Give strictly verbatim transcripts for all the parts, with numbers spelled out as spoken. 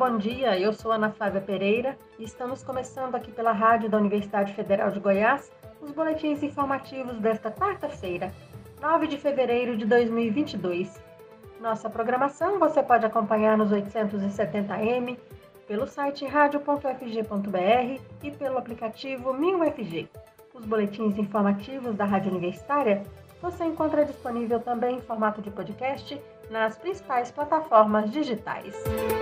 bom dia. Eu sou Ana Flávia Pereira e estamos começando aqui pela Rádio da Universidade Federal de Goiás os boletins informativos desta quarta-feira, nove de fevereiro de dois mil e vinte e dois. Nossa programação você pode acompanhar nos oitocentos e setenta A M, pelo site rádio ponto f g ponto b r e pelo aplicativo Minho F G. Os boletins informativos da Rádio Universitária você encontra disponível também em formato de podcast nas principais plataformas digitais.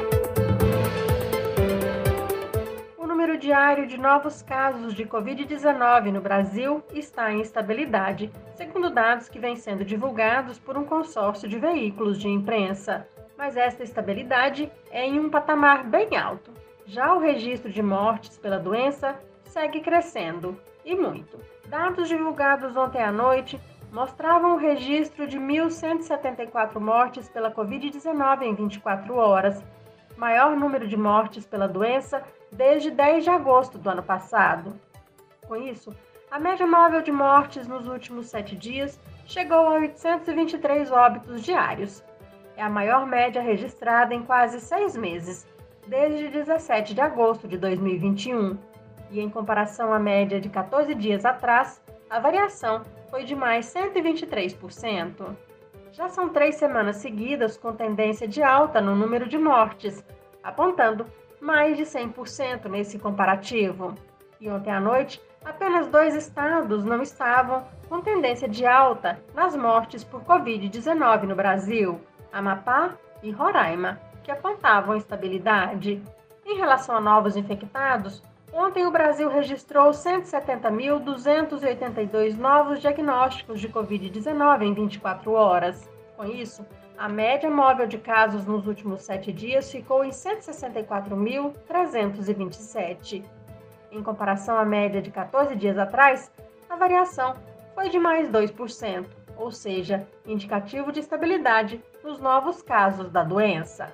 O número diário de novos casos de covid dezenove no Brasil está em estabilidade, segundo dados que vêm sendo divulgados por um consórcio de veículos de imprensa. Mas esta estabilidade é em um patamar bem alto. Já o registro de mortes pela doença segue crescendo, e muito. Dados divulgados ontem à noite mostravam o registro de mil cento e setenta e quatro mortes pela covid dezenove em vinte e quatro horas, maior número de mortes pela doença desde dez de agosto do ano passado. Com isso, a média móvel de mortes nos últimos sete dias chegou a oitocentos e vinte e três óbitos diários. É a maior média registrada em quase seis meses, desde dezessete de agosto de dois mil e vinte e um. E em comparação à média de quatorze dias atrás, a variação foi de mais cento e vinte e três por cento. Já são três semanas seguidas com tendência de alta no número de mortes, apontando mais de cem por cento nesse comparativo. E ontem à noite, apenas dois estados não estavam com tendência de alta nas mortes por covid dezenove no Brasil, Amapá e Roraima, que apontavam estabilidade. Em relação a novos infectados, ontem o Brasil registrou cento e setenta mil duzentos e oitenta e dois novos diagnósticos de covid dezenove em vinte e quatro horas. Com isso, a média móvel de casos nos últimos sete dias ficou em cento e sessenta e quatro mil trezentos e vinte e sete. Em comparação à média de quatorze dias atrás, a variação foi de mais dois por cento, ou seja, indicativo de estabilidade nos novos casos da doença.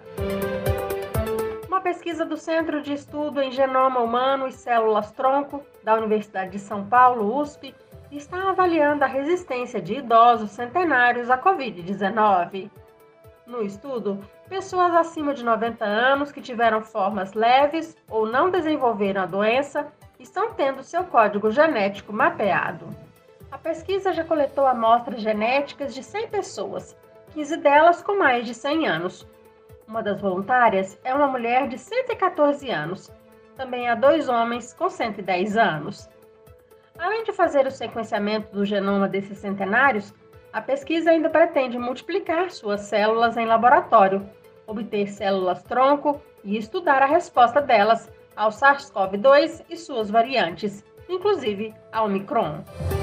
Uma pesquisa do Centro de Estudo em Genoma Humano e Células-Tronco da Universidade de São Paulo, U S P, está avaliando a resistência de idosos centenários à covid dezenove. No estudo, pessoas acima de noventa anos que tiveram formas leves ou não desenvolveram a doença estão tendo seu código genético mapeado. A pesquisa já coletou amostras genéticas de cem pessoas, quinze delas com mais de cem anos. Uma das voluntárias é uma mulher de cento e quatorze anos. Também há dois homens com cento e dez anos. Além de fazer o sequenciamento do genoma desses centenários, a pesquisa ainda pretende multiplicar suas células em laboratório, obter células-tronco e estudar a resposta delas ao SARS-CoV dois e suas variantes, inclusive a Omicron.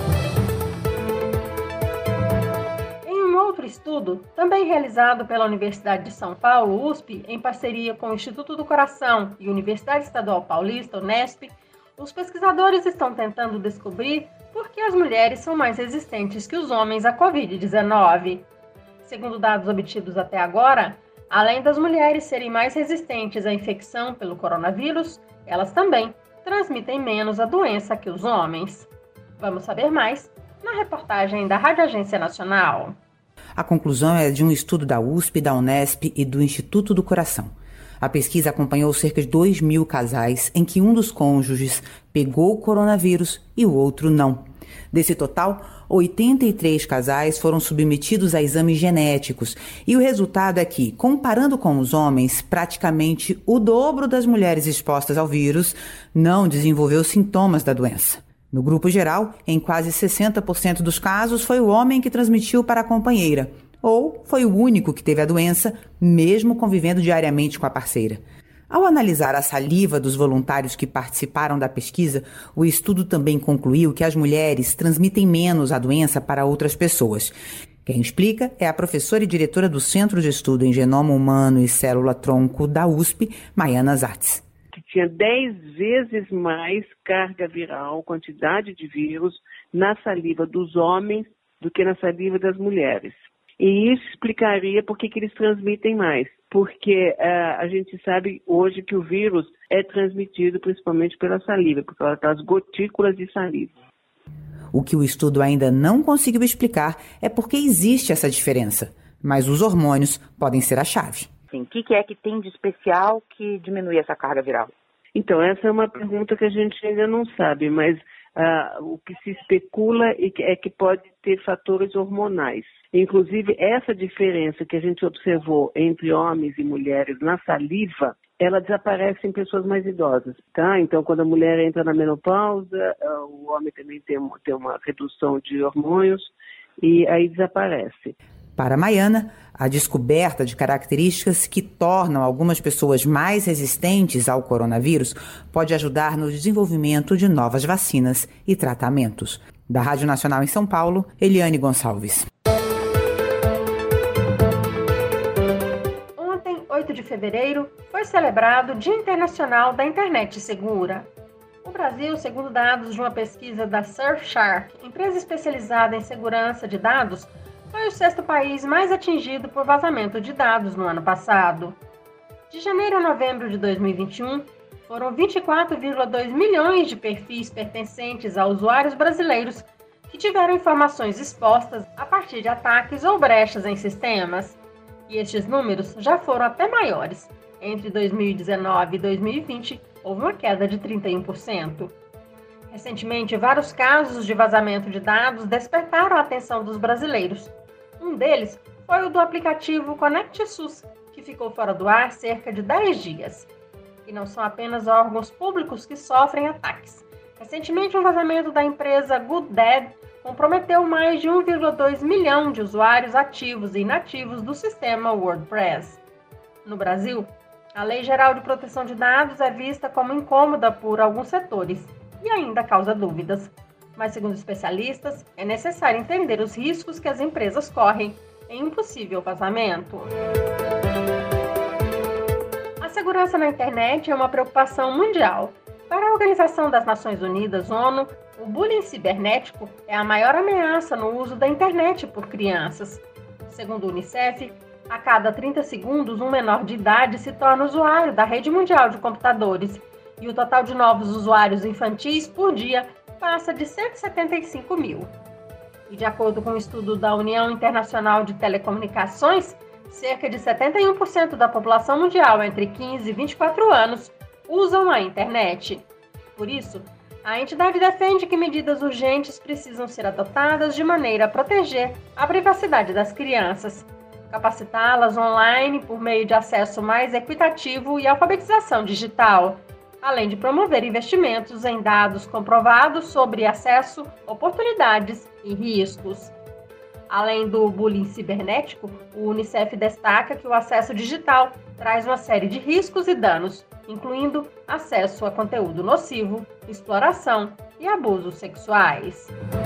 Outro estudo, também realizado pela Universidade de São Paulo, U S P, em parceria com o Instituto do Coração e Universidade Estadual Paulista, Unesp, os pesquisadores estão tentando descobrir por que as mulheres são mais resistentes que os homens à covid dezenove. Segundo dados obtidos até agora, além das mulheres serem mais resistentes à infecção pelo coronavírus, elas também transmitem menos a doença que os homens. Vamos saber mais na reportagem da Rádio Agência Nacional. A conclusão é de um estudo da U S P, da Unesp e do Instituto do Coração. A pesquisa acompanhou cerca de dois mil casais em que um dos cônjuges pegou o coronavírus e o outro não. Desse total, oitenta e três casais foram submetidos a exames genéticos e o resultado é que, comparando com os homens, praticamente o dobro das mulheres expostas ao vírus não desenvolveu sintomas da doença. No grupo geral, em quase sessenta por cento dos casos, foi o homem que transmitiu para a companheira, ou foi o único que teve a doença, mesmo convivendo diariamente com a parceira. Ao analisar a saliva dos voluntários que participaram da pesquisa, o estudo também concluiu que as mulheres transmitem menos a doença para outras pessoas. Quem explica é a professora e diretora do Centro de Estudo em Genoma Humano e Célula-Tronco da U S P, Maiana Zatz. Que tinha dez vezes mais carga viral, quantidade de vírus na saliva dos homens do que na saliva das mulheres. E isso explicaria por que que eles transmitem mais. Porque uh, a gente sabe hoje que o vírus é transmitido principalmente pela saliva, por causa das gotículas de saliva. O que o estudo ainda não conseguiu explicar é por que existe essa diferença, mas os hormônios podem ser a chave. Sim, o que, que é que tem de especial que diminui essa carga viral? Então, essa é uma pergunta que a gente ainda não sabe, mas ah, o que se especula é que pode ter fatores hormonais. Inclusive, essa diferença que a gente observou entre homens e mulheres na saliva, ela desaparece em pessoas mais idosas, tá? Então, quando a mulher entra na menopausa, o homem também tem uma, tem uma redução de hormônios e aí desaparece. Para Maiana, a descoberta de características que tornam algumas pessoas mais resistentes ao coronavírus pode ajudar no desenvolvimento de novas vacinas e tratamentos. Da Rádio Nacional em São Paulo, Eliane Gonçalves. oito de fevereiro, foi celebrado o Dia Internacional da Internet Segura. O Brasil, segundo dados de uma pesquisa da Surfshark, empresa especializada em segurança de dados, foi o sexto país mais atingido por vazamento de dados no ano passado. De janeiro a novembro de dois mil e vinte e um, foram vinte e quatro vírgula dois milhões de perfis pertencentes a usuários brasileiros que tiveram informações expostas a partir de ataques ou brechas em sistemas. E estes números já foram até maiores. Entre dois mil e dezenove e dois mil e vinte, houve uma queda de trinta e um por cento. Recentemente, vários casos de vazamento de dados despertaram a atenção dos brasileiros. Um deles foi o do aplicativo ConectSUS, que ficou fora do ar cerca de dez dias. E não são apenas órgãos públicos que sofrem ataques. Recentemente, um vazamento da empresa GoDaddy comprometeu mais de um vírgula dois milhão de usuários ativos e inativos do sistema WordPress. No Brasil, a Lei Geral de Proteção de Dados é vista como incômoda por alguns setores e ainda causa dúvidas. Mas, segundo especialistas, é necessário entender os riscos que as empresas correm em um possível vazamento. A segurança na internet é uma preocupação mundial. Para a Organização das Nações Unidas, ONU, o bullying cibernético é a maior ameaça no uso da internet por crianças. Segundo o Unicef, a cada trinta segundos, um menor de idade se torna usuário da rede mundial de computadores e o total de novos usuários infantis por dia passa de cento e setenta e cinco mil. E de acordo com um estudo da União Internacional de Telecomunicações, cerca de setenta e um por cento da população mundial entre quinze e vinte e quatro anos usam a internet. Por isso, a entidade defende que medidas urgentes precisam ser adotadas de maneira a proteger a privacidade das crianças, capacitá-las online por meio de acesso mais equitativo e alfabetização digital, além de promover investimentos em dados comprovados sobre acesso, oportunidades e riscos. Além do bullying cibernético, o Unicef destaca que o acesso digital traz uma série de riscos e danos, incluindo acesso a conteúdo nocivo, exploração e abusos sexuais.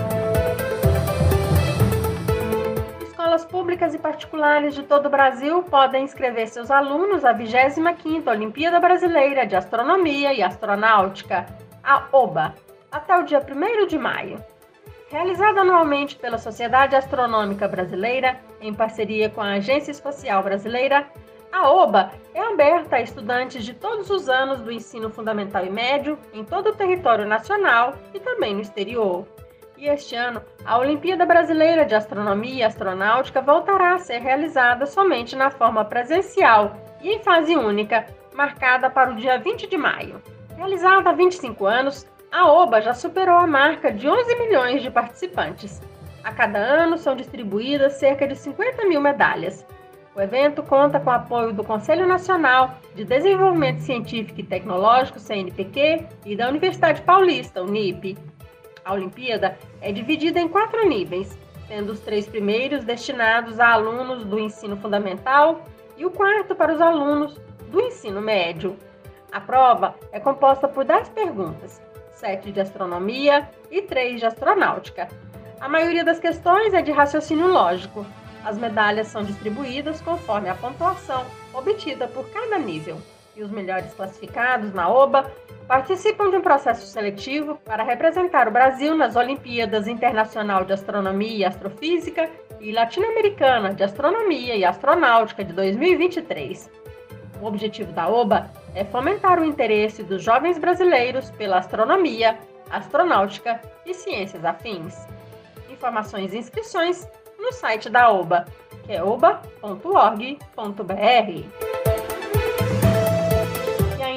Escolas públicas e particulares de todo o Brasil podem inscrever seus alunos à vigésima quinta Olimpíada Brasileira de Astronomia e Astronáutica, a OBA, até o dia primeiro de maio. Realizada anualmente pela Sociedade Astronômica Brasileira, em parceria com a Agência Espacial Brasileira, a OBA é aberta a estudantes de todos os anos do ensino fundamental e médio, em todo o território nacional e também no exterior. E este ano, a Olimpíada Brasileira de Astronomia e Astronáutica voltará a ser realizada somente na forma presencial e em fase única, marcada para o dia vinte de maio. Realizada há vinte e cinco anos, a OBA já superou a marca de onze milhões de participantes. A cada ano são distribuídas cerca de cinquenta mil medalhas. O evento conta com o apoio do Conselho Nacional de Desenvolvimento Científico e Tecnológico, C N P Q, e da Universidade Paulista, Unip. A Olimpíada é dividida em quatro níveis, sendo os três primeiros destinados a alunos do ensino fundamental e o quarto para os alunos do ensino médio. A prova é composta por dez perguntas, sete de astronomia e três de astronáutica. A maioria das questões é de raciocínio lógico. As medalhas são distribuídas conforme a pontuação obtida por cada nível. E os melhores classificados na OBA participam de um processo seletivo para representar o Brasil nas Olimpíadas Internacional de Astronomia e Astrofísica e Latino-Americana de Astronomia e Astronáutica de dois mil e vinte e três. O objetivo da OBA é fomentar o interesse dos jovens brasileiros pela astronomia, astronáutica e ciências afins. Informações e inscrições no site da OBA, que é oba ponto org ponto br.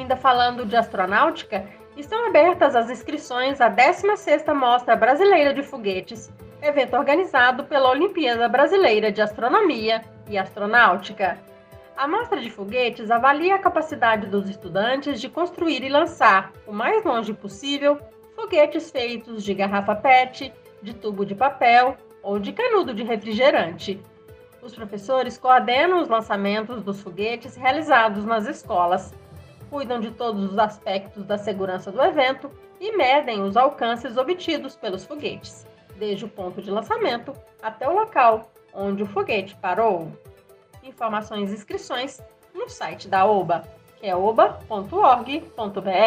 ainda falando de astronáutica, estão abertas as inscrições à décima sexta Mostra Brasileira de Foguetes, evento organizado pela Olimpíada Brasileira de Astronomia e Astronáutica. A mostra de foguetes avalia a capacidade dos estudantes de construir e lançar, o mais longe possível, foguetes feitos de garrafa P E T, de tubo de papel ou de canudo de refrigerante. Os professores coordenam os lançamentos dos foguetes realizados nas escolas, cuidam de todos os aspectos da segurança do evento e medem os alcances obtidos pelos foguetes, desde o ponto de lançamento até o local onde o foguete parou. Informações e inscrições no site da O B A, que é oba ponto org ponto br.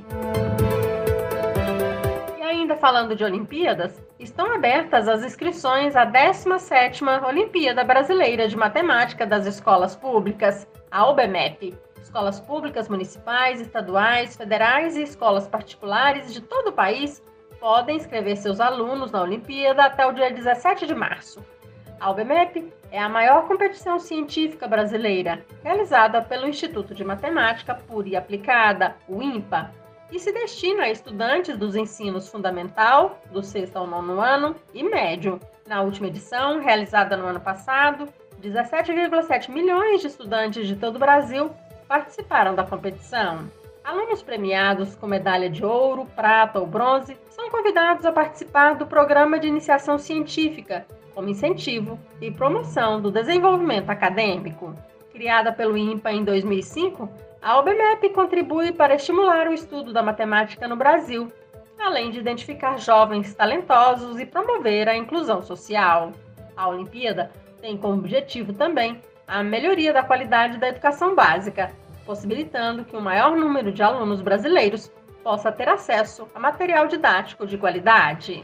E ainda falando de Olimpíadas, estão abertas as inscrições à décima sétima Olimpíada Brasileira de Matemática das Escolas Públicas, a O B M E P. Escolas públicas municipais, estaduais, federais e escolas particulares de todo o país podem inscrever seus alunos na Olimpíada até o dia dezessete de março. A O B M E P é a maior competição científica brasileira, realizada pelo Instituto de Matemática Pura e Aplicada, o INPA, e se destina a estudantes dos ensinos fundamental, do sexto ao nono ano, e médio. Na última edição, realizada no ano passado, dezessete vírgula sete milhões de estudantes de todo o Brasil participaram da competição. Alunos premiados com medalha de ouro, prata ou bronze são convidados a participar do Programa de Iniciação Científica, como incentivo e promoção do desenvolvimento acadêmico. Criada pelo INPA em dois mil e cinco, a O B M E P contribui para estimular o estudo da matemática no Brasil, além de identificar jovens talentosos e promover a inclusão social. A Olimpíada tem como objetivo também a melhoria da qualidade da educação básica, possibilitando que o maior número de alunos brasileiros possa ter acesso a material didático de qualidade.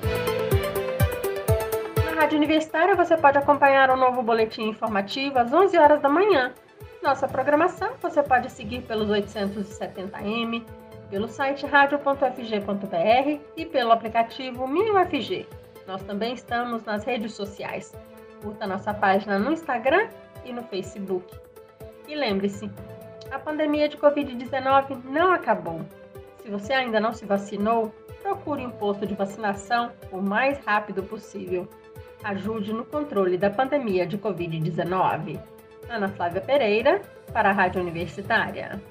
Na Rádio Universitária você pode acompanhar o novo boletim informativo às onze horas da manhã. Nossa programação você pode seguir pelos oitocentos e setenta M, pelo site radio ponto f g ponto b r e pelo aplicativo Minho F G. Nós também estamos nas redes sociais. Curta nossa página no Instagram e no Facebook. E lembre-se, a pandemia de covid dezenove não acabou. Se você ainda não se vacinou, procure um posto de vacinação o mais rápido possível. Ajude no controle da pandemia de covid dezenove. Ana Flávia Pereira, para a Rádio Universitária.